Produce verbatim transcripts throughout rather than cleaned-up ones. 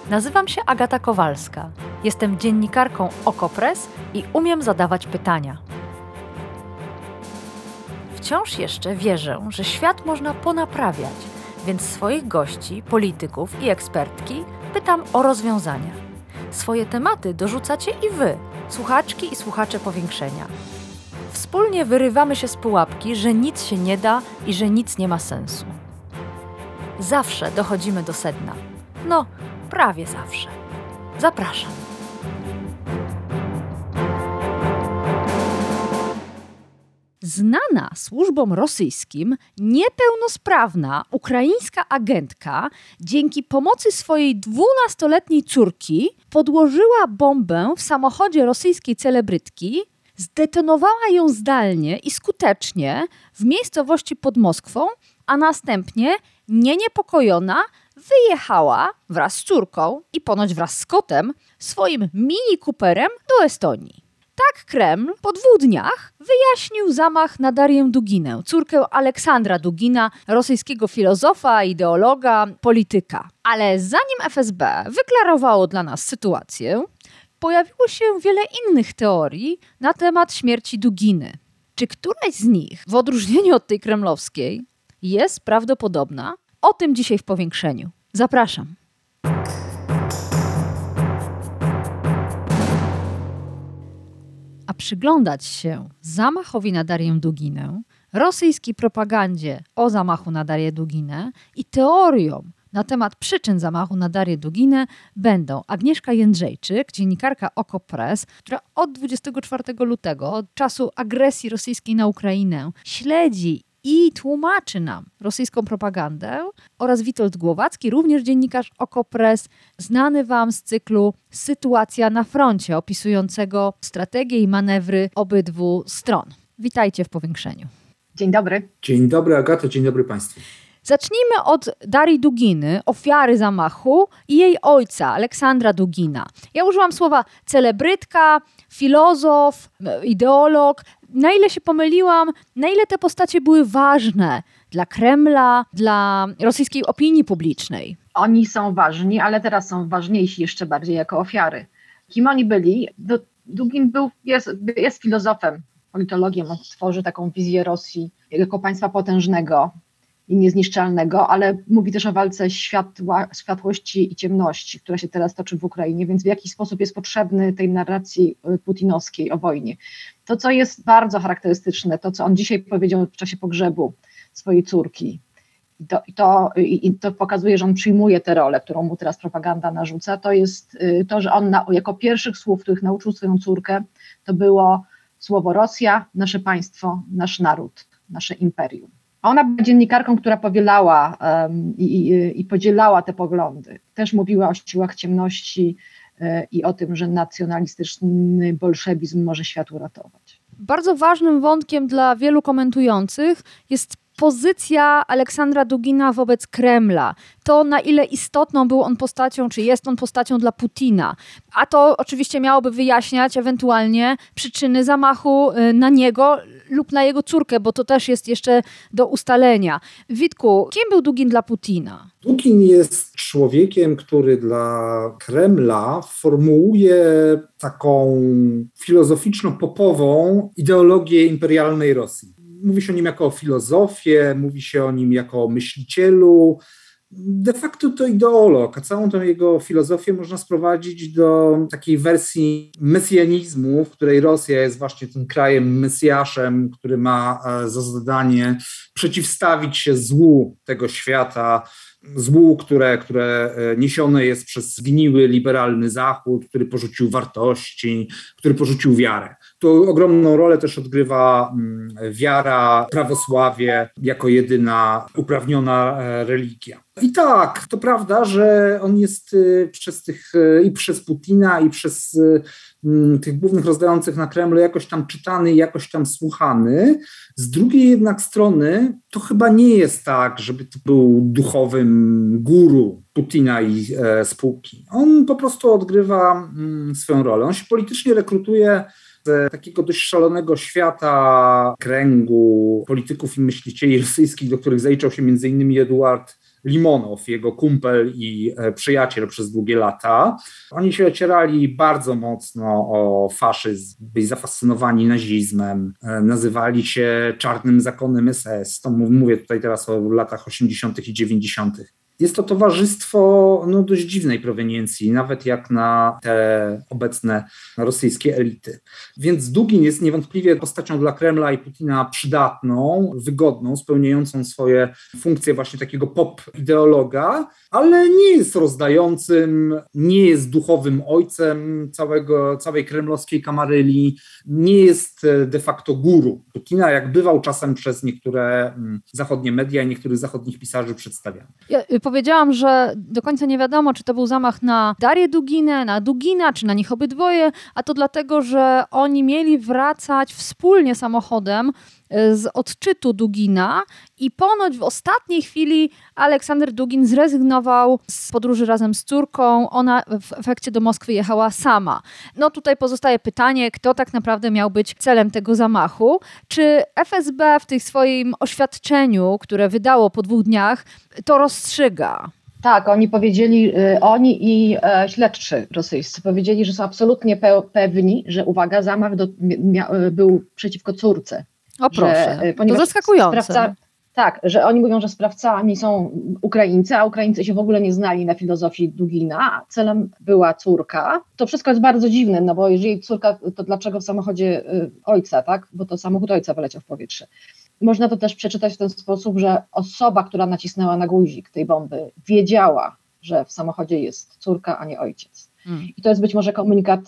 Nazywam się Agata Kowalska. Jestem dziennikarką Okopres i umiem zadawać pytania. Wciąż jeszcze wierzę, że świat można ponaprawiać, więc swoich gości, polityków i ekspertki pytam o rozwiązania. Swoje tematy dorzucacie i wy, słuchaczki i słuchacze Powiększenia. Wspólnie wyrywamy się z pułapki, że nic się nie da i że nic nie ma sensu. Zawsze dochodzimy do sedna. No, prawie zawsze. Zapraszam. Znana służbom rosyjskim, niepełnosprawna ukraińska agentka dzięki pomocy swojej dwunastoletniej córki podłożyła bombę w samochodzie rosyjskiej celebrytki, zdetonowała ją zdalnie i skutecznie w miejscowości pod Moskwą, a następnie, nie niepokojona, wyjechała wraz z córką i ponoć wraz z kotem swoim mini Cooperem do Estonii. Tak Kreml po dwóch dniach wyjaśnił zamach na Darię Duginę, córkę Aleksandra Dugina, rosyjskiego filozofa, ideologa, polityka. Ale zanim F S B wyklarowało dla nas sytuację, pojawiło się wiele innych teorii na temat śmierci Duginy. Czy któraś z nich, w odróżnieniu od tej kremlowskiej, jest prawdopodobna? O tym dzisiaj w Powiększeniu. Zapraszam. A przyglądać się zamachowi na Darię Duginę, rosyjskiej propagandzie o zamachu na Darię Duginę i teoriom na temat przyczyn zamachu na Darię Duginę będą Agnieszka Jędrzejczyk, dziennikarka Okopres, która od dwudziestego czwartego lutego, od czasu agresji rosyjskiej na Ukrainę, śledzi i tłumaczy nam rosyjską propagandę, oraz Witold Głowacki, również dziennikarz Okopres, znany wam z cyklu Sytuacja na froncie, opisującego strategie i manewry obydwu stron. Witajcie w Powiększeniu. Dzień dobry. Dzień dobry Agato, dzień dobry Państwu. Zacznijmy od Darii Duginy, ofiary zamachu, i jej ojca, Aleksandra Dugina. Ja użyłam słowa celebrytka, filozof, ideolog. Na ile się pomyliłam, na ile te postacie były ważne dla Kremla, dla rosyjskiej opinii publicznej? Oni są ważni, ale teraz są ważniejsi jeszcze bardziej jako ofiary. Kim oni byli? Dugin był, jest, jest filozofem, politologiem. On tworzy taką wizję Rosji jako państwa potężnego i niezniszczalnego, ale mówi też o walce światła, światłości i ciemności, która się teraz toczy w Ukrainie, więc w jakiś sposób jest potrzebny tej narracji putinowskiej o wojnie. To, co jest bardzo charakterystyczne, to, co on dzisiaj powiedział w czasie pogrzebu swojej córki, i to, i to, i to pokazuje, że on przyjmuje tę rolę, którą mu teraz propaganda narzuca, to jest to, że on na, jako pierwszych słów, których nauczył swoją córkę, to było słowo Rosja, nasze państwo, nasz naród, nasze imperium. Ona była dziennikarką, która powielała um, i, i, i podzielała te poglądy. Też mówiła o siłach ciemności y, i o tym, że nacjonalistyczny bolszewizm może świat uratować. Bardzo ważnym wątkiem dla wielu komentujących jest pozycja Aleksandra Dugina wobec Kremla. To, na ile istotną był on postacią, czy jest on postacią dla Putina. A to oczywiście miałoby wyjaśniać ewentualnie przyczyny zamachu na niego lub na jego córkę, bo to też jest jeszcze do ustalenia. Witku, kim był Dugin dla Putina? Dugin jest człowiekiem, który dla Kremla formułuje taką filozoficzno-popową ideologię imperialnej Rosji. Mówi się o nim jako o filozofie, mówi się o nim jako o myślicielu. De facto to ideolog, a całą tę jego filozofię można sprowadzić do takiej wersji mesjanizmu, w której Rosja jest właśnie tym krajem mesjaszem, który ma za zadanie przeciwstawić się złu tego świata, złu, które, które niesione jest przez zgniły, liberalny Zachód, który porzucił wartości, który porzucił wiarę. Tu ogromną rolę też odgrywa wiara, prawosławie jako jedyna uprawniona religia. I tak, to prawda, że on jest przez tych i przez Putina, i przez tych głównych rozdających na Kremlu jakoś tam czytany, jakoś tam słuchany. Z drugiej jednak strony to chyba nie jest tak, żeby to był duchowym guru Putina i e, spółki. On po prostu odgrywa mm, swoją rolę. On się politycznie rekrutuje z takiego dość szalonego świata kręgu polityków i myślicieli rosyjskich, do których zaliczał się między innymi Eduard Limonow, jego kumpel i przyjaciel przez długie lata. Oni się ocierali bardzo mocno o faszyzm, byli zafascynowani nazizmem, nazywali się czarnym zakonem S S. To mówię tutaj teraz o latach osiemdziesiątych i dziewięćdziesiątych. Jest to towarzystwo no, dość dziwnej proweniencji, nawet jak na te obecne rosyjskie elity. Więc Dugin jest niewątpliwie postacią dla Kremla i Putina przydatną, wygodną, spełniającą swoje funkcje właśnie takiego pop-ideologa, ale nie jest rozdającym, nie jest duchowym ojcem całego, całej kremlowskiej kamarylii, nie jest de facto guru Putina, jak bywał czasem przez niektóre zachodnie media i niektórych zachodnich pisarzy przedstawiany. Ja powiedziałam, że do końca nie wiadomo, czy to był zamach na Darię Duginę, na Dugina, czy na nich obydwoje, a to dlatego, że oni mieli wracać wspólnie samochodem z odczytu Dugina i ponoć w ostatniej chwili Aleksander Dugin zrezygnował z podróży razem z córką. Ona w efekcie do Moskwy jechała sama. No tutaj pozostaje pytanie, kto tak naprawdę miał być celem tego zamachu. Czy F S B w tym swoim oświadczeniu, które wydało po dwóch dniach, to rozstrzyga? Tak, oni powiedzieli, oni i e, śledczy rosyjscy powiedzieli, że są absolutnie pe- pewni, że uwaga, zamach do, mia, był przeciwko córce. O proszę, że, to zaskakujące. Sprawca, tak, że oni mówią, że sprawcami są Ukraińcy, a Ukraińcy się w ogóle nie znali na filozofii Dugina, a celem była córka. To wszystko jest bardzo dziwne, no bo jeżeli córka, to dlaczego w samochodzie ojca, tak? Bo to samochód ojca wyleciał w powietrze. Można to też przeczytać w ten sposób, że osoba, która nacisnęła na guzik tej bomby, wiedziała, że w samochodzie jest córka, a nie ojciec. Hmm. I to jest być może komunikat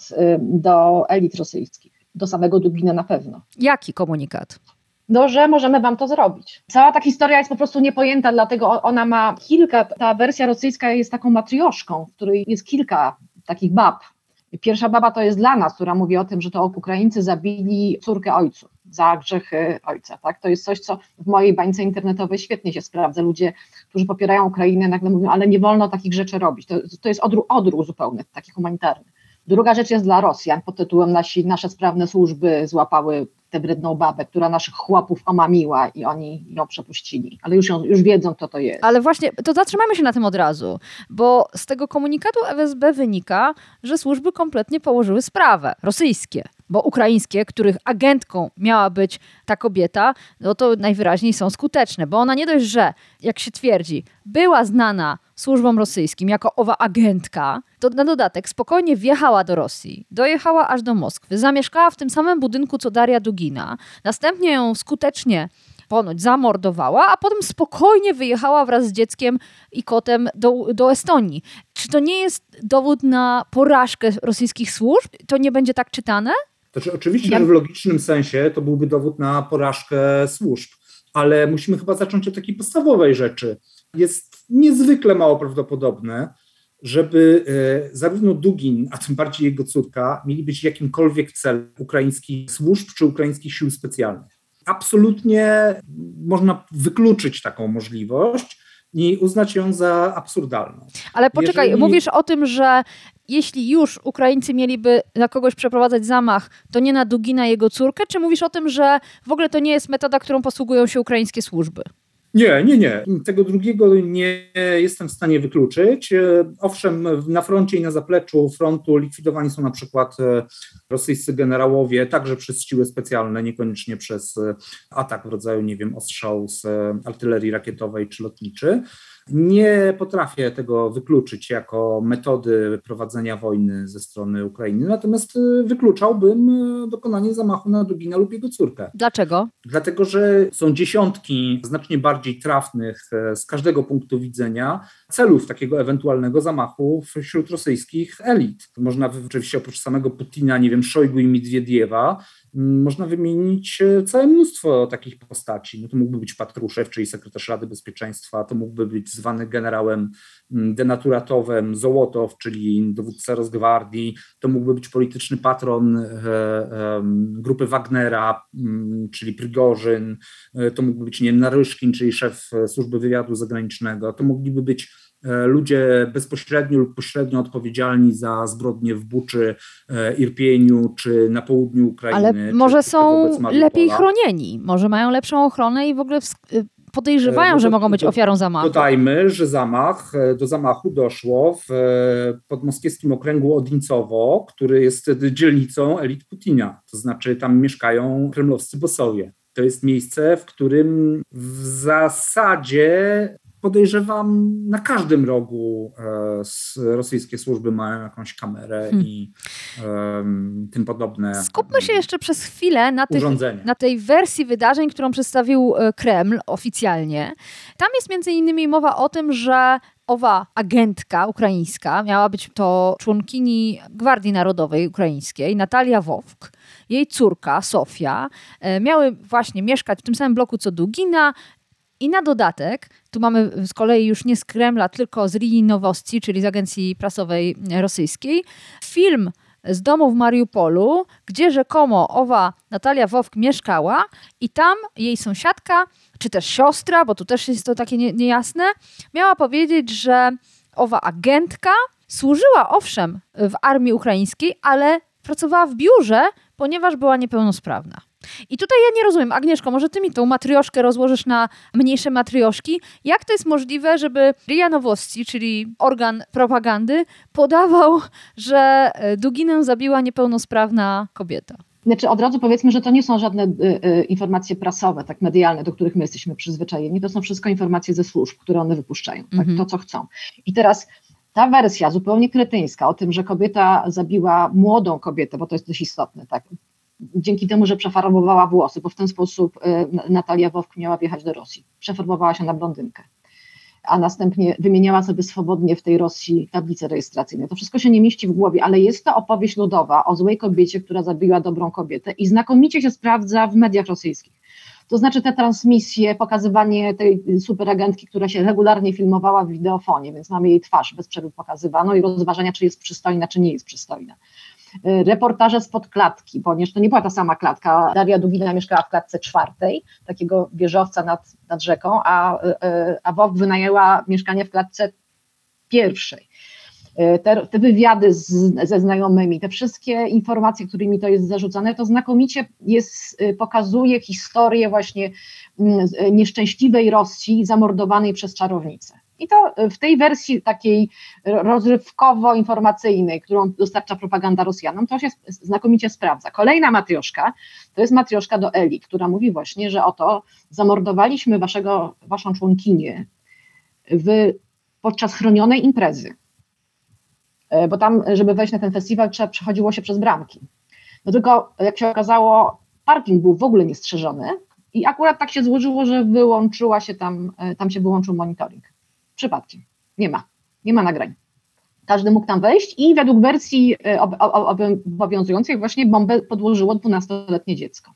do elit rosyjskich. Do samego Dugina na pewno. Jaki komunikat? No, że możemy wam to zrobić. Cała ta historia jest po prostu niepojęta, dlatego ona ma kilka, ta wersja rosyjska jest taką matrioszką, w której jest kilka takich bab. Pierwsza baba to jest dla nas, która mówi o tym, że to Ukraińcy zabili córkę ojcu za grzechy ojca. Tak? To jest coś, co w mojej bańce internetowej świetnie się sprawdza. Ludzie, którzy popierają Ukrainę, nagle mówią, ale nie wolno takich rzeczy robić. To, to jest odruch, odruch zupełny, taki humanitarny. Druga rzecz jest dla Rosjan pod tytułem nasi, nasze sprawne służby złapały tę brudną babę, która naszych chłopów omamiła i oni ją przepuścili. Ale już, ją, już wiedzą, kto to jest. Ale właśnie, to zatrzymajmy się na tym od razu, bo z tego komunikatu F S B wynika, że służby kompletnie położyły sprawę. Rosyjskie, bo ukraińskie, których agentką miała być ta kobieta, no to najwyraźniej są skuteczne, bo ona nie dość, że, jak się twierdzi, była znana służbom rosyjskim jako owa agentka, to na dodatek spokojnie wjechała do Rosji, dojechała aż do Moskwy, zamieszkała w tym samym budynku co Daria Dugina, następnie ją skutecznie ponoć zamordowała, a potem spokojnie wyjechała wraz z dzieckiem i kotem do, do Estonii. Czy to nie jest dowód na porażkę rosyjskich służb? To nie będzie tak czytane? Znaczy, oczywiście, ja... że w logicznym sensie to byłby dowód na porażkę służb, ale musimy chyba zacząć od takiej podstawowej rzeczy. Jest niezwykle mało prawdopodobne, żeby e, zarówno Dugin, a tym bardziej jego córka, mieli być jakimkolwiek celem ukraińskich służb czy ukraińskich sił specjalnych. Absolutnie można wykluczyć taką możliwość i uznać ją za absurdalną. Ale poczekaj, Jeżeli... mówisz o tym, że jeśli już Ukraińcy mieliby na kogoś przeprowadzać zamach, to nie na Dugina i jego córkę, czy mówisz o tym, że w ogóle to nie jest metoda, którą posługują się ukraińskie służby? Nie, nie, nie. Tego drugiego nie jestem w stanie wykluczyć. Owszem, na froncie i na zapleczu frontu likwidowani są na przykład rosyjscy generałowie, także przez siły specjalne, niekoniecznie przez atak w rodzaju, nie wiem, ostrzał z artylerii rakietowej czy lotniczy. Nie potrafię tego wykluczyć jako metody prowadzenia wojny ze strony Ukrainy, natomiast wykluczałbym dokonanie zamachu na Dugina lub jego córkę. Dlaczego? Dlatego, że są dziesiątki znacznie bardziej trafnych z każdego punktu widzenia celów takiego ewentualnego zamachu wśród rosyjskich elit. Można oczywiście oprócz samego Putina, nie wiem, Szojgu i Miedwiediewa, można wymienić całe mnóstwo takich postaci. No to mógłby być Patruszew, czyli sekretarz Rady Bezpieczeństwa, to mógłby być zwany generałem denaturatowym Zołotow, czyli dowódca Rosgwardii, to mógłby być polityczny patron e, e, grupy Wagnera, m, czyli Prigorzyn, e, to mógłby być, nie wiem, Naryszkin, czyli szef służby wywiadu zagranicznego, to mogliby być ludzie bezpośrednio lub pośrednio odpowiedzialni za zbrodnie w Buczy, Irpieniu czy na południu Ukrainy. Ale może czy, są czy lepiej chronieni, może mają lepszą ochronę i w ogóle podejrzewają, No to- że mogą być to- ofiarą zamachu. Dodajmy, że zamach, do zamachu doszło w podmoskiewskim okręgu Odincowo, który jest dzielnicą elit Putina. To znaczy tam mieszkają kremlowscy bosowie. To jest miejsce, w którym w zasadzie podejrzewam na każdym rogu e, rosyjskie służby mają jakąś kamerę hmm. i e, tym podobne Skupmy się jeszcze przez chwilę na, tych, urządzenia. na tej wersji wydarzeń, którą przedstawił Kreml oficjalnie. Tam jest między innymi mowa o tym, że owa agentka ukraińska, miała być to członkini Gwardii Narodowej Ukraińskiej, Natalia Wowk, jej córka Sofia, e, miały właśnie mieszkać w tym samym bloku co Dugina. I na dodatek, tu mamy z kolei już nie z Kremla, tylko z R I A Nowosti, czyli z agencji prasowej rosyjskiej, film z domu w Mariupolu, gdzie rzekomo owa Natalia Wowk mieszkała i tam jej sąsiadka, czy też siostra, bo tu też jest to takie nie, niejasne, miała powiedzieć, że owa agentka służyła owszem w armii ukraińskiej, ale pracowała w biurze, ponieważ była niepełnosprawna. I tutaj ja nie rozumiem, Agnieszko, może ty mi tą matrioszkę rozłożysz na mniejsze matrioszki. Jak to jest możliwe, żeby R I A Nowosti, czyli organ propagandy, podawał, że Duginę zabiła niepełnosprawna kobieta? Znaczy od razu powiedzmy, że to nie są żadne y, y, informacje prasowe, tak medialne, do których my jesteśmy przyzwyczajeni. To są wszystko informacje ze służb, które one wypuszczają, tak, Mhm. to co chcą. I teraz ta wersja zupełnie kretyńska o tym, że kobieta zabiła młodą kobietę, bo to jest dość istotne, tak, dzięki temu, że przefarbowała włosy, bo w ten sposób y, Natalia Wowk miała wjechać do Rosji. Przefarbowała się na blondynkę, a następnie wymieniała sobie swobodnie w tej Rosji tablice rejestracyjne. To wszystko się nie mieści w głowie, ale jest to opowieść ludowa o złej kobiecie, która zabiła dobrą kobietę i znakomicie się sprawdza w mediach rosyjskich. To znaczy te transmisje, pokazywanie tej superagentki, która się regularnie filmowała w wideofonie, więc mamy jej twarz bez przerwy pokazywano i rozważania, czy jest przystojna, czy nie jest przystojna. Reportaże spod klatki, ponieważ to nie była ta sama klatka. Daria Dugina mieszkała w klatce czwartej, takiego wieżowca nad, nad rzeką, a, a Wowk wynajęła mieszkanie w klatce pierwszej. Te, te wywiady z, ze znajomymi, te wszystkie informacje, którymi to jest zarzucane, to znakomicie jest, pokazuje historię właśnie nieszczęśliwej Rosji zamordowanej przez czarownicę. I to w tej wersji takiej rozrywkowo-informacyjnej, którą dostarcza propaganda Rosjanom, to się znakomicie sprawdza. Kolejna matrioszka to jest matrioszka do elit, która mówi właśnie, że oto zamordowaliśmy waszego, waszą członkinię w, podczas chronionej imprezy. Bo tam, żeby wejść na ten festiwal, trzeba przechodziło się przez bramki. No tylko, jak się okazało, parking był w ogóle niestrzeżony i akurat tak się złożyło, że wyłączyła się tam, tam się wyłączył monitoring. Przypadkiem. Nie ma. Nie ma nagrań. Każdy mógł tam wejść i według wersji obowiązującej właśnie bombę podłożyło dwunastoletnie dziecko.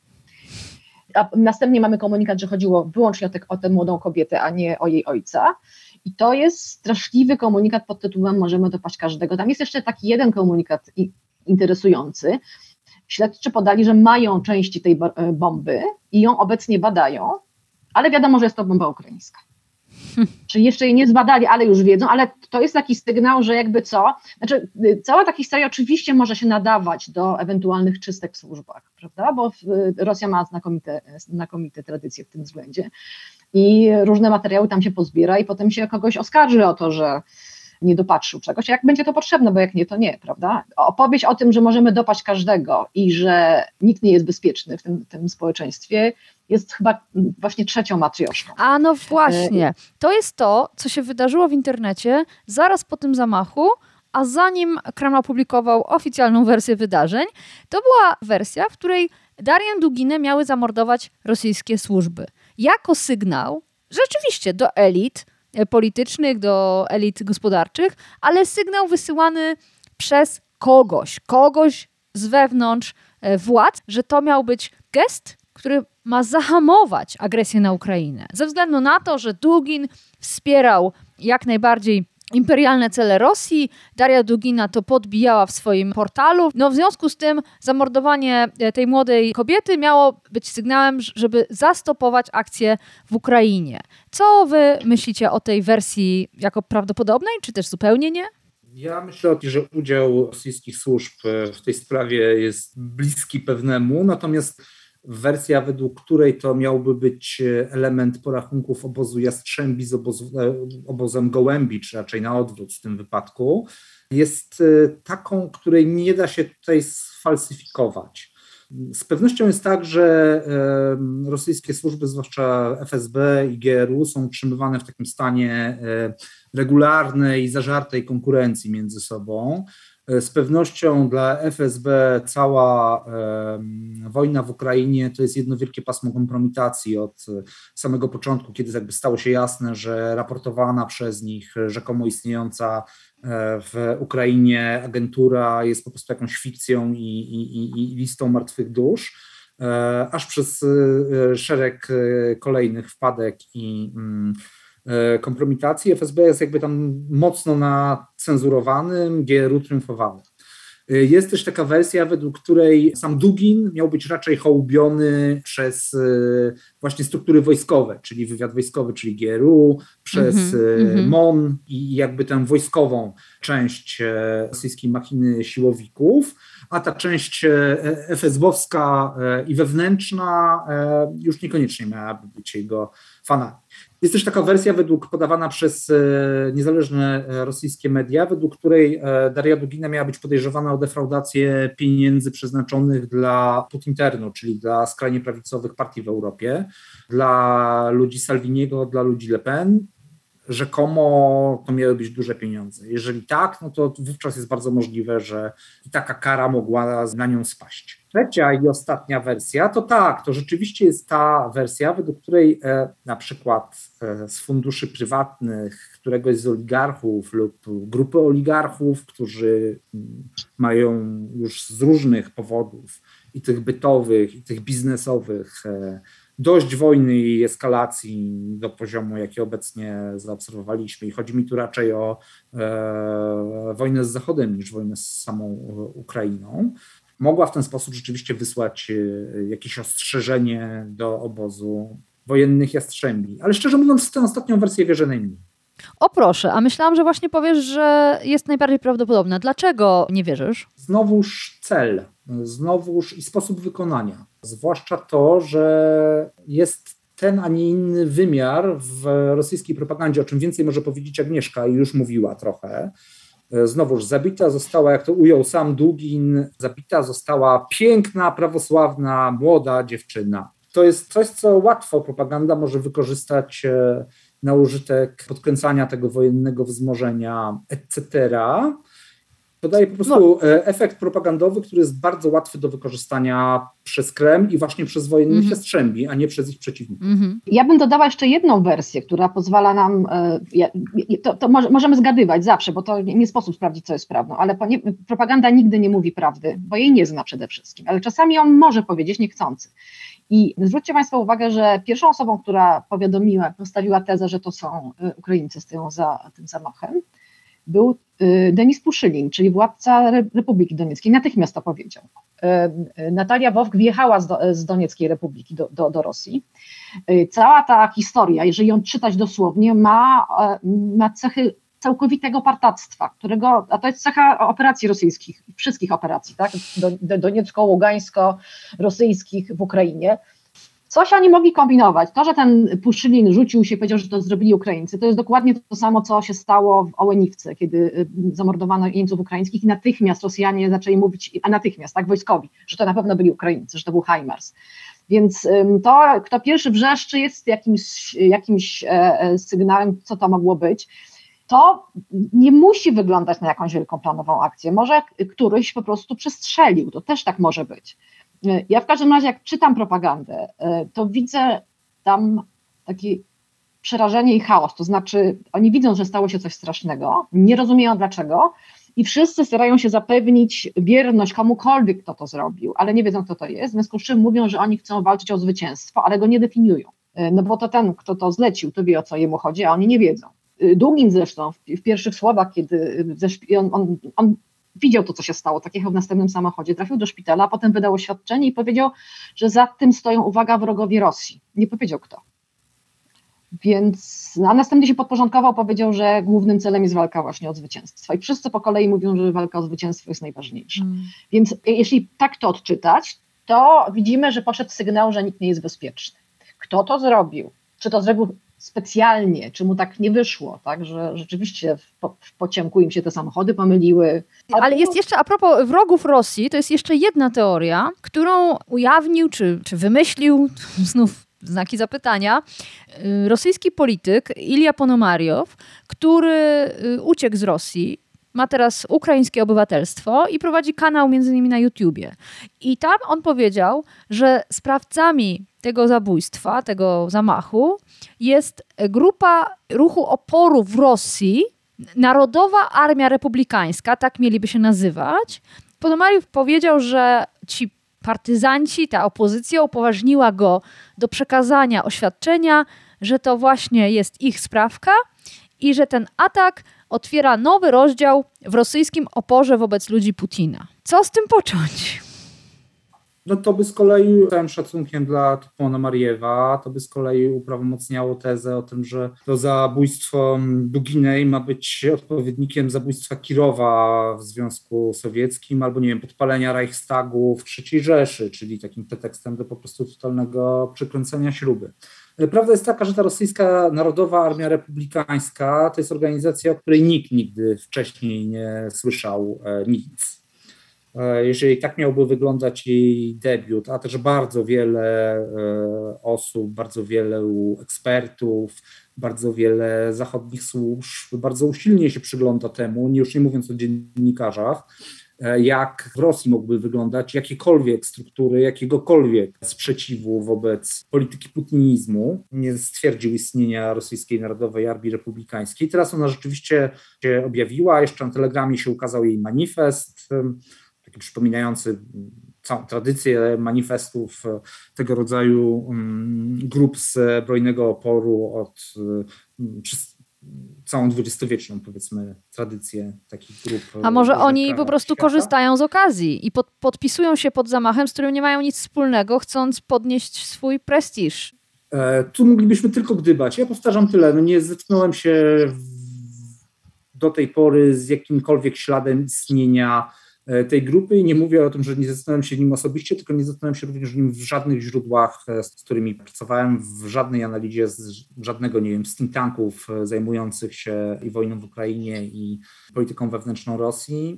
A następnie mamy komunikat, że chodziło wyłącznie o, te, o tę młodą kobietę, a nie o jej ojca. I to jest straszliwy komunikat pod tytułem możemy dopaść każdego. Tam jest jeszcze taki jeden komunikat interesujący. Śledczy podali, że mają części tej bomby i ją obecnie badają, ale wiadomo, że jest to bomba ukraińska. Czyli jeszcze jej nie zbadali, ale już wiedzą, ale to jest taki sygnał, że jakby co, znaczy cała ta historia oczywiście może się nadawać do ewentualnych czystek w służbach, prawda, bo Rosja ma znakomite, znakomite tradycje w tym względzie i różne materiały tam się pozbiera i potem się kogoś oskarży o to, że nie dopatrzył czegoś, jak będzie to potrzebne, bo jak nie, to nie, prawda? Opowieść o tym, że możemy dopaść każdego i że nikt nie jest bezpieczny w tym, tym społeczeństwie, jest chyba właśnie trzecią matrioszką. A no właśnie, to jest to, co się wydarzyło w internecie zaraz po tym zamachu, a zanim Kreml opublikował oficjalną wersję wydarzeń, to była wersja, w której Darię Duginę miały zamordować rosyjskie służby. Jako sygnał, rzeczywiście do elit politycznych, do elit gospodarczych, ale sygnał wysyłany przez kogoś, kogoś z wewnątrz władz, że to miał być gest, który ma zahamować agresję na Ukrainę. Ze względu na to, że Dugin wspierał jak najbardziej imperialne cele Rosji, Daria Dugina to podbijała w swoim portalu. No w związku z tym zamordowanie tej młodej kobiety miało być sygnałem, żeby zastopować akcję w Ukrainie. Co wy myślicie o tej wersji jako prawdopodobnej, czy też zupełnie nie? Ja myślę, że udział rosyjskich służb w tej sprawie jest bliski pewnemu, natomiast wersja, według której to miałby być element porachunków obozu Jastrzębi z obozu, obozem Gołębi, czy raczej na odwrót w tym wypadku, jest taką, której nie da się tutaj sfalsyfikować. Z pewnością jest tak, że rosyjskie służby, zwłaszcza F S B i G R U, są utrzymywane w takim stanie regularnej i zażartej konkurencji między sobą. Z pewnością dla F S B cała wojna w Ukrainie to jest jedno wielkie pasmo kompromitacji od samego początku, kiedy jakby stało się jasne, że raportowana przez nich rzekomo istniejąca w Ukrainie agentura jest po prostu jakąś fikcją i, i, i listą martwych dusz, aż przez szereg kolejnych wpadek i kompromitacji. F S B jest jakby tam mocno nacenzurowanym, G R U triumfowało. Jest też taka wersja, według której sam Dugin miał być raczej hołubiony przez właśnie struktury wojskowe, czyli wywiad wojskowy, czyli G R U, przez mm-hmm. M O N i jakby tę wojskową część rosyjskiej machiny siłowików, a ta część F S B-owska i wewnętrzna już niekoniecznie miałaby być jego fanami. Jest też taka wersja, według podawana przez niezależne rosyjskie media, według której Daria Dugina miała być podejrzewana o defraudację pieniędzy przeznaczonych dla Putinternu, czyli dla skrajnie prawicowych partii w Europie, dla ludzi Salviniego, dla ludzi Le Pen. Rzekomo to miały być duże pieniądze. Jeżeli tak, no to wówczas jest bardzo możliwe, że i taka kara mogła na nią spaść. Trzecia i ostatnia wersja to tak, to rzeczywiście jest ta wersja, według której e, na przykład e, z funduszy prywatnych któregoś z oligarchów lub grupy oligarchów, którzy mają już z różnych powodów i tych bytowych, i tych biznesowych e, dość wojny i eskalacji do poziomu, jaki obecnie zaobserwowaliśmy. I chodzi mi tu raczej o e, wojnę z Zachodem niż wojnę z samą Ukrainą. Mogła w ten sposób rzeczywiście wysłać jakieś ostrzeżenie do obozu wojennych Jastrzębi. Ale szczerze mówiąc, w tę ostatnią wersję wierzę najmniej. O proszę, a myślałam, że właśnie powiesz, że jest najbardziej prawdopodobna. Dlaczego nie wierzysz? Znowuż cel, znowuż i sposób wykonania. Zwłaszcza to, że jest ten, a nie inny wymiar w rosyjskiej propagandzie, o czym więcej może powiedzieć Agnieszka i już mówiła trochę. Znowuż zabita została, jak to ujął sam Dugin, zabita została piękna, prawosławna, młoda dziewczyna. To jest coś, co łatwo propaganda może wykorzystać na użytek podkręcania tego wojennego wzmożenia, et cetera. To daje po prostu no. efekt propagandowy, który jest bardzo łatwy do wykorzystania przez Kreml i właśnie przez wojennych mm-hmm. Jastrzębi, a nie przez ich przeciwników. Mm-hmm. Ja bym dodała jeszcze jedną wersję, która pozwala nam, to, to możemy zgadywać zawsze, bo to nie sposób sprawdzić, co jest prawdą, ale propaganda nigdy nie mówi prawdy, bo jej nie zna przede wszystkim, ale czasami on może powiedzieć niechcący. I zwróćcie Państwo uwagę, że pierwszą osobą, która powiadomiła, postawiła tezę, że to są Ukraińcy stoją za tym zamachem, był Denis Puszylin, czyli władca Republiki Donieckiej, natychmiast to powiedział. Natalia Wowk wjechała z, do, z Donieckiej Republiki do, do, do Rosji. Cała ta historia, jeżeli ją czytać dosłownie, ma, ma cechy całkowitego partactwa, którego, a to jest cecha operacji rosyjskich, wszystkich operacji, tak? Doniecko-ługańsko-rosyjskich w Ukrainie. Coś oni mogli kombinować. To, że ten Puszylin rzucił się, powiedział, że to zrobili Ukraińcy, to jest dokładnie to samo, co się stało w Ołeniwce, kiedy zamordowano jeńców ukraińskich i natychmiast Rosjanie zaczęli mówić, a natychmiast, tak, wojskowi, że to na pewno byli Ukraińcy, że to był HIMARS. Więc to, kto pierwszy wrzeszczy, jest jakimś, jakimś sygnałem, co to mogło być. To nie musi wyglądać na jakąś wielką planową akcję. Może któryś po prostu przestrzelił, to też tak może być. Ja w każdym razie, jak czytam propagandę, to widzę tam takie przerażenie i chaos, to znaczy oni widzą, że stało się coś strasznego, nie rozumieją dlaczego i wszyscy starają się zapewnić wierność komukolwiek, kto to zrobił, ale nie wiedzą, kto to jest, w związku z czym mówią, że oni chcą walczyć o zwycięstwo, ale go nie definiują, no bo to ten, kto to zlecił, to wie, o co jemu chodzi, a oni nie wiedzą. Dugin zresztą w, w pierwszych słowach, kiedy on, on, on widział to, co się stało, tak jechał w następnym samochodzie, trafił do szpitala, potem wydał oświadczenie i powiedział, że za tym stoją, uwaga, wrogowie Rosji. Nie powiedział kto. Więc, a następnie się podporządkował, powiedział, że głównym celem jest walka właśnie o zwycięstwo. I wszyscy po kolei mówią, że walka o zwycięstwo jest najważniejsza. Mm. Więc jeśli tak to odczytać, to widzimy, że poszedł sygnał, że nikt nie jest bezpieczny. Kto to zrobił? Czy to zrobił specjalnie, czy mu tak nie wyszło, tak, że rzeczywiście w, po, w pociemku im się te samochody pomyliły. Ale jest jeszcze, a propos wrogów Rosji, to jest jeszcze jedna teoria, którą ujawnił, czy, czy wymyślił, znów znaki zapytania, rosyjski polityk Ilja Ponomariow, który uciekł z Rosji, ma teraz ukraińskie obywatelstwo i prowadzi kanał między innymi na YouTubie. I tam on powiedział, że sprawcami tego zabójstwa, tego zamachu jest grupa ruchu oporu w Rosji, Narodowa Armia Republikańska, tak mieliby się nazywać. Ponomariow powiedział, że ci partyzanci, ta opozycja upoważniła go do przekazania oświadczenia, że to właśnie jest ich sprawka i że ten atak otwiera nowy rozdział w rosyjskim oporze wobec ludzi Putina. Co z tym począć? No to by z kolei, z całym szacunkiem dla Ponomariewa, to by z kolei uprawomocniało tezę o tym, że to zabójstwo Duginej ma być odpowiednikiem zabójstwa Kirowa w Związku Sowieckim albo, nie wiem, podpalenia Reichstagu w trzeciej Rzeszy, czyli takim pretekstem do po prostu totalnego przykręcenia śruby. Prawda jest taka, że ta rosyjska Narodowa Armia Republikańska to jest organizacja, o której nikt nigdy wcześniej nie słyszał nic. Jeżeli tak miałby wyglądać jej debiut, a też bardzo wiele osób, bardzo wielu ekspertów, bardzo wiele zachodnich służb bardzo usilnie się przygląda temu, już nie mówiąc o dziennikarzach, jak w Rosji mogłyby wyglądać jakiekolwiek struktury, jakiegokolwiek sprzeciwu wobec polityki putinizmu. Nie stwierdził istnienia Rosyjskiej Narodowej Armii Republikańskiej. Teraz ona rzeczywiście się objawiła, jeszcze na Telegramie się ukazał jej manifest, taki przypominający całą tradycję manifestów tego rodzaju grup zbrojnego oporu od przez całą dwudziestowieczną, powiedzmy, tradycję takich grup. A może oni po prostu świata korzystają z okazji i pod, podpisują się pod zamachem, z którym nie mają nic wspólnego, chcąc podnieść swój prestiż? E, tu moglibyśmy tylko gdybać. Ja powtarzam tyle, no nie zetknąłem się w, do tej pory z jakimkolwiek śladem istnienia tej grupy i nie mówię o tym, że nie zetknąłem się nim osobiście, tylko nie zetknąłem się również nim w żadnych źródłach, z którymi pracowałem, w żadnej analizie z żadnego, nie wiem, think tanków zajmujących się i wojną w Ukrainie i polityką wewnętrzną Rosji.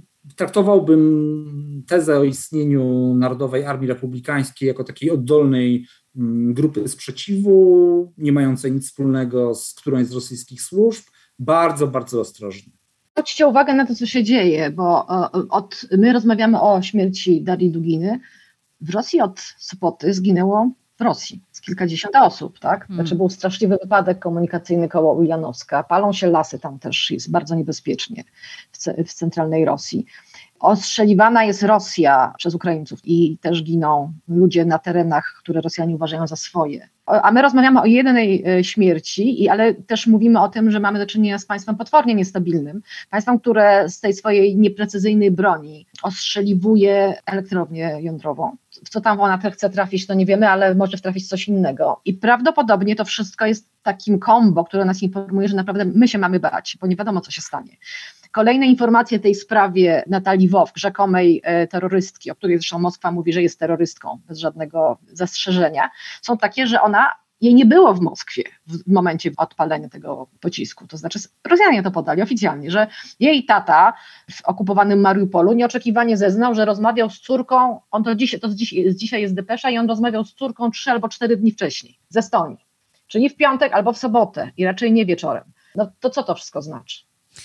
Traktowałbym tezę o istnieniu Narodowej Armii Republikańskiej jako takiej oddolnej grupy sprzeciwu, nie mającej nic wspólnego z którąś z rosyjskich służb, bardzo, bardzo ostrożnie. Zwróćcie uwagę na to, co się dzieje, bo od, my rozmawiamy o śmierci Darii Duginy. W Rosji od Sopoty zginęło w Rosji z kilkadziesiąt osób, tak? Hmm. Znaczy był straszliwy wypadek komunikacyjny koło Uljanowska, palą się lasy, tam też jest bardzo niebezpiecznie w, ce, w centralnej Rosji. Ostrzeliwana jest Rosja przez Ukraińców i też giną ludzie na terenach, które Rosjanie uważają za swoje. A my rozmawiamy o jednej śmierci, i, ale też mówimy o tym, że mamy do czynienia z państwem potwornie niestabilnym, państwem, które z tej swojej nieprecyzyjnej broni ostrzeliwuje elektrownię jądrową. W co tam ona chce trafić, to nie wiemy, ale może trafić coś innego. I prawdopodobnie to wszystko jest takim kombo, które nas informuje, że naprawdę my się mamy bać, bo nie wiadomo, co się stanie. Kolejne informacje w tej sprawie Natalii Wowk, rzekomej e, terrorystki, o której zresztą Moskwa mówi, że jest terrorystką, bez żadnego zastrzeżenia, są takie, że ona, jej nie było w Moskwie w momencie odpalenia tego pocisku. To znaczy Rosjanie to podali oficjalnie, że jej tata w okupowanym Mariupolu nieoczekiwanie zeznał, że rozmawiał z córką, on to, dziś, to dziś, dzisiaj jest depesza, i on rozmawiał z córką trzy albo cztery dni wcześniej, z Estonii, czyli w piątek albo w sobotę i raczej nie wieczorem. No to co to wszystko znaczy?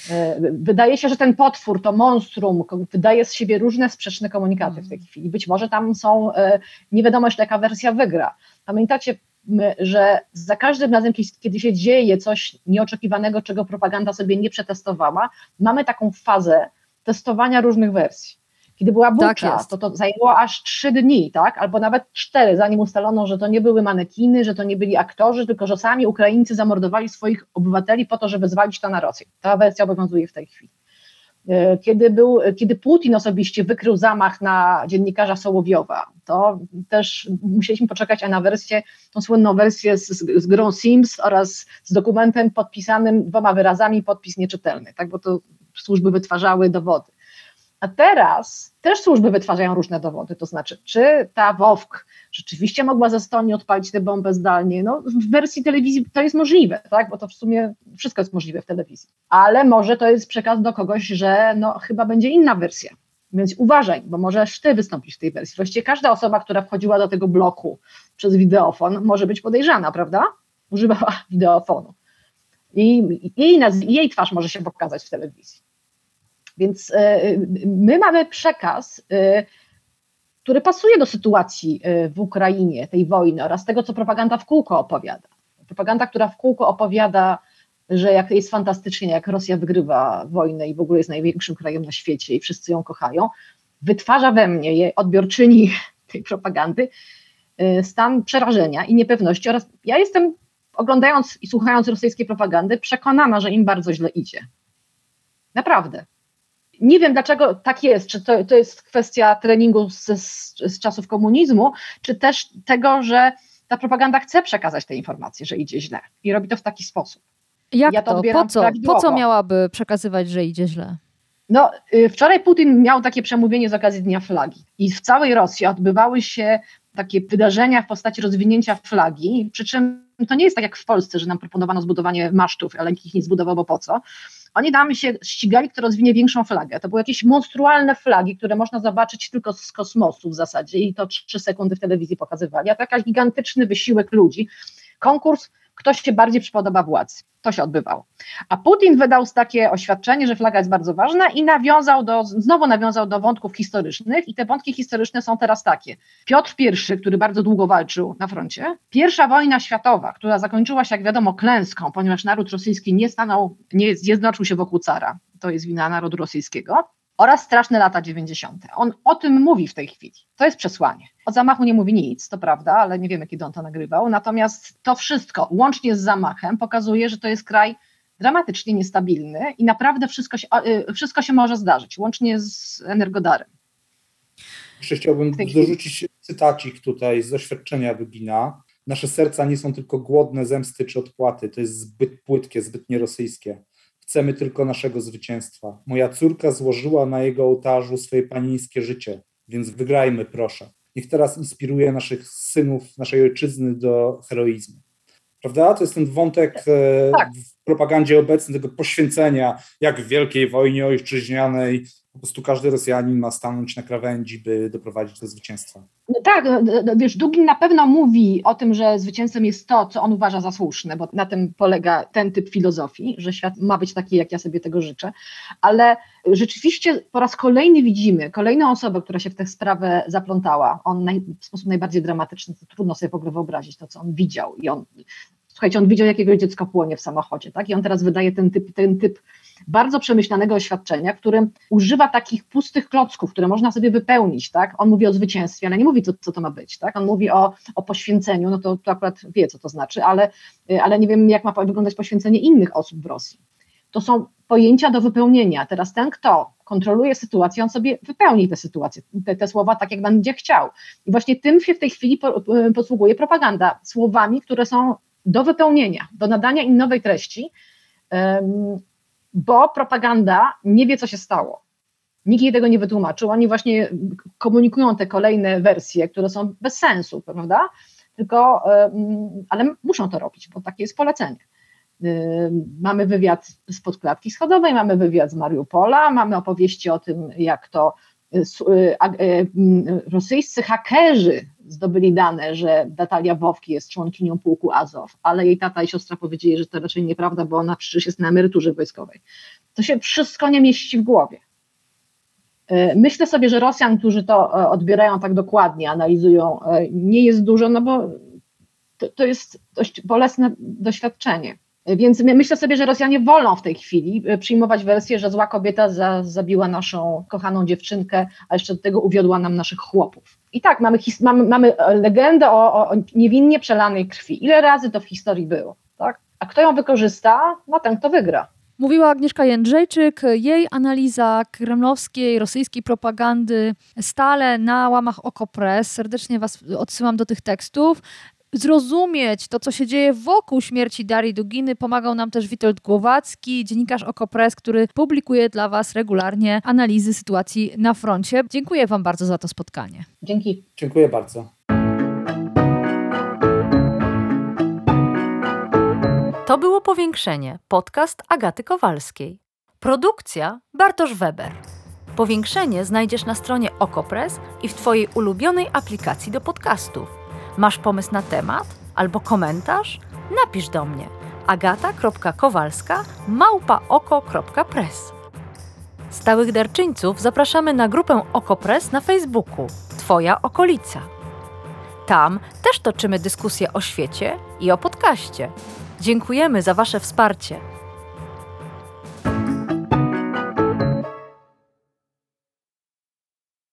Wydaje się, że ten potwór, to monstrum wydaje z siebie różne sprzeczne komunikaty w tej chwili. Być może tam są, nie wiadomo jeszcze jaka wersja wygra. Pamiętacie, że za każdym razem, kiedy się dzieje coś nieoczekiwanego, czego propaganda sobie nie przetestowała, mamy taką fazę testowania różnych wersji. Kiedy była Bucza, tak to to zajęło aż trzy dni, tak? Albo nawet cztery, zanim ustalono, że to nie były manekiny, że to nie byli aktorzy, tylko że sami Ukraińcy zamordowali swoich obywateli po to, żeby zwalić to na Rosję. Ta wersja obowiązuje w tej chwili. Kiedy, był, kiedy Putin osobiście wykrył zamach na dziennikarza Sołowiowa, to też musieliśmy poczekać na wersję, tą słynną wersję z, z, z grą Sims oraz z dokumentem podpisanym dwoma wyrazami, podpis nieczytelny, tak? Bo to służby wytwarzały dowody. A teraz też służby wytwarzają różne dowody, to znaczy, czy ta Wowk rzeczywiście mogła ze Estonii odpalić tę bombę zdalnie. No, w wersji telewizji to jest możliwe, tak? Bo to w sumie wszystko jest możliwe w telewizji. Ale może to jest przekaz do kogoś, że no, chyba będzie inna wersja. Więc uważaj, bo możesz ty wystąpić w tej wersji. Właściwie każda osoba, która wchodziła do tego bloku przez wideofon, może być podejrzana, prawda? Używała wideofonu. I jej, naz- jej twarz może się pokazać w telewizji. Więc y, my mamy przekaz, y, który pasuje do sytuacji y, w Ukrainie, tej wojny oraz tego, co propaganda w kółko opowiada. Propaganda, która w kółko opowiada, że jak jest fantastycznie, jak Rosja wygrywa wojnę i w ogóle jest największym krajem na świecie i wszyscy ją kochają, wytwarza we mnie, jej odbiorczyni tej propagandy, y, stan przerażenia i niepewności oraz ja jestem, oglądając i słuchając rosyjskiej propagandy, przekonana, że im bardzo źle idzie. Naprawdę. Nie wiem, dlaczego tak jest, czy to, to jest kwestia treningu z, z, z czasów komunizmu, czy też tego, że ta propaganda chce przekazać te informacje, że idzie źle i robi to w taki sposób. Jak Ja to to? odbieram Po co? prawidłowo. Po co miałaby przekazywać, że idzie źle? No, y, wczoraj Putin miał takie przemówienie z okazji Dnia Flagi i w całej Rosji odbywały się takie wydarzenia w postaci rozwinięcia flagi, przy czym to nie jest tak jak w Polsce, że nam proponowano zbudowanie masztów, ale nikt ich nie zbudował, bo po co. Oni tam się ścigali, kto rozwinie większą flagę. To były jakieś monstrualne flagi, które można zobaczyć tylko z kosmosu w zasadzie i to trzy sekundy w telewizji pokazywali, a to jakiś gigantyczny wysiłek ludzi. Konkurs, kto się bardziej przypodoba władzy. To się odbywało. A Putin wydał takie oświadczenie, że flaga jest bardzo ważna i nawiązał do, znowu nawiązał do wątków historycznych i te wątki historyczne są teraz takie. Piotr Pierwszy, który bardzo długo walczył na froncie, pierwsza wojna światowa, która zakończyła się, jak wiadomo, klęską, ponieważ naród rosyjski nie stanął, nie zjednoczył się wokół cara, to jest wina narodu rosyjskiego, oraz straszne lata dziewięćdziesiąte. On o tym mówi w tej chwili. To jest przesłanie. O zamachu nie mówi nic, to prawda, ale nie wiemy, kiedy on to nagrywał. Natomiast to wszystko, łącznie z zamachem, pokazuje, że to jest kraj dramatycznie niestabilny i naprawdę wszystko się, wszystko się może zdarzyć, łącznie z Energodarem. Jeszcze chciałbym dorzucić cytacik tutaj z doświadczenia Dugina. Nasze serca nie są tylko głodne zemsty czy odpłaty. To jest zbyt płytkie, zbyt nierosyjskie. Chcemy tylko naszego zwycięstwa. Moja córka złożyła na jego ołtarzu swoje panieńskie życie, więc wygrajmy, proszę. Niech teraz inspiruje naszych synów, naszej ojczyzny do heroizmu. Prawda? To jest ten wątek tak. w propagandzie obecnej, tego poświęcenia, jak w wielkiej wojnie ojczyźnianej po prostu każdy Rosjanin ma stanąć na krawędzi, by doprowadzić do zwycięstwa. No tak, wiesz, Dugin na pewno mówi o tym, że zwycięstwem jest to, co on uważa za słuszne, bo na tym polega ten typ filozofii, że świat ma być taki, jak ja sobie tego życzę, ale rzeczywiście po raz kolejny widzimy kolejną osobę, która się w tę sprawę zaplątała. On naj, w sposób najbardziej dramatyczny, to trudno sobie w ogóle wyobrazić to, co on widział i on, słuchajcie, on widział, jakiego dziecko płonie w samochodzie, tak? I on teraz wydaje ten typ, ten typ bardzo przemyślanego oświadczenia, w którym używa takich pustych klocków, które można sobie wypełnić, tak? On mówi o zwycięstwie, ale nie mówi, co, co to ma być, tak? On mówi o, o poświęceniu, no to, to akurat wie, co to znaczy, ale, ale nie wiem, jak ma wyglądać poświęcenie innych osób w Rosji. To są pojęcia do wypełnienia. Teraz ten, kto kontroluje sytuację, on sobie wypełni tę sytuację, te, te słowa tak, jak będzie chciał. I właśnie tym się w tej chwili po, posługuje propaganda, słowami, które są do wypełnienia, do nadania im nowej treści, um, bo propaganda nie wie, co się stało. Nikt jej tego nie wytłumaczył. Oni właśnie komunikują te kolejne wersje, które są bez sensu, prawda? Tylko, um, ale muszą to robić, bo takie jest polecenie. Um, mamy wywiad spod klatki schodowej, mamy wywiad z Mariupola, mamy opowieści o tym, jak to rosyjscy hakerzy zdobyli dane, że Natalia Wowki jest członkinią pułku Azow, ale jej tata i siostra powiedzieli, że to raczej nieprawda, bo ona przecież jest na emeryturze wojskowej. To się wszystko nie mieści w głowie. Myślę sobie, że Rosjan, którzy to odbierają tak dokładnie, analizują, nie jest dużo, no bo to, to jest dość bolesne doświadczenie. Więc myślę sobie, że Rosjanie wolą w tej chwili przyjmować wersję, że zła kobieta za, zabiła naszą kochaną dziewczynkę, a jeszcze do tego uwiodła nam naszych chłopów. I tak, mamy, his, mamy, mamy legendę o, o niewinnie przelanej krwi. Ile razy to w historii było, tak? A kto ją wykorzysta, no ten, kto wygra. Mówiła Agnieszka Jędrzejczyk, jej analiza kremlowskiej, rosyjskiej propagandy stale na łamach Okopres. Serdecznie Was odsyłam do tych tekstów. zrozumieć to, co się dzieje wokół śmierci Darii Duginy, pomagał nam też Witold Głowacki, dziennikarz Okopres, który publikuje dla Was regularnie analizy sytuacji na froncie. Dziękuję Wam bardzo za to spotkanie. Dzięki. Dziękuję bardzo. To było Powiększenie, podcast Agaty Kowalskiej. Produkcja Bartosz Weber. Powiększenie znajdziesz na stronie Okopres i w Twojej ulubionej aplikacji do podcastów. Masz pomysł na temat albo komentarz? Napisz do mnie agata kropka kowalska małpa oko kropka press. Stałych darczyńców zapraszamy na grupę Okopres na Facebooku Twoja okolica. Tam też toczymy dyskusje o świecie i o podcaście. Dziękujemy za Wasze wsparcie.